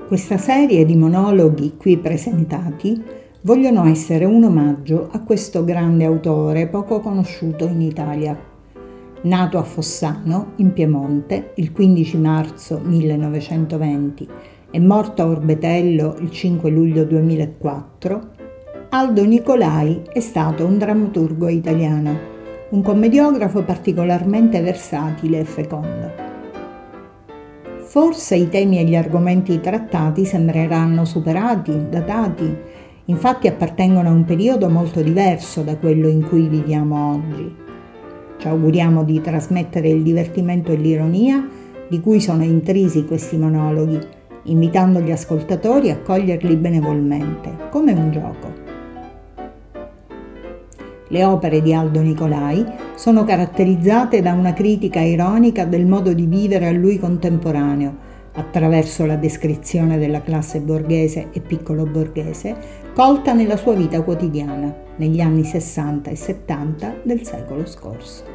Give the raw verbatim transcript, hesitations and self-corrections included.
Questa serie di monologhi qui presentati vogliono essere un omaggio a questo grande autore poco conosciuto in Italia. Nato a Fossano, in Piemonte, il quindici marzo millenovecentoventi e morto a Orbetello il cinque luglio duemilaquattro, Aldo Nicolai è stato un drammaturgo italiano, un commediografo particolarmente versatile e fecondo. Forse i temi e gli argomenti trattati sembreranno superati, datati, infatti appartengono a un periodo molto diverso da quello in cui viviamo oggi. Ci auguriamo di trasmettere il divertimento e l'ironia di cui sono intrisi questi monologhi, invitando gli ascoltatori a coglierli benevolmente, come un gioco. Le opere di Aldo Nicolai sono caratterizzate da una critica ironica del modo di vivere a lui contemporaneo, attraverso la descrizione della classe borghese e piccolo borghese, colta nella sua vita quotidiana, negli anni sessanta e settanta del secolo scorso.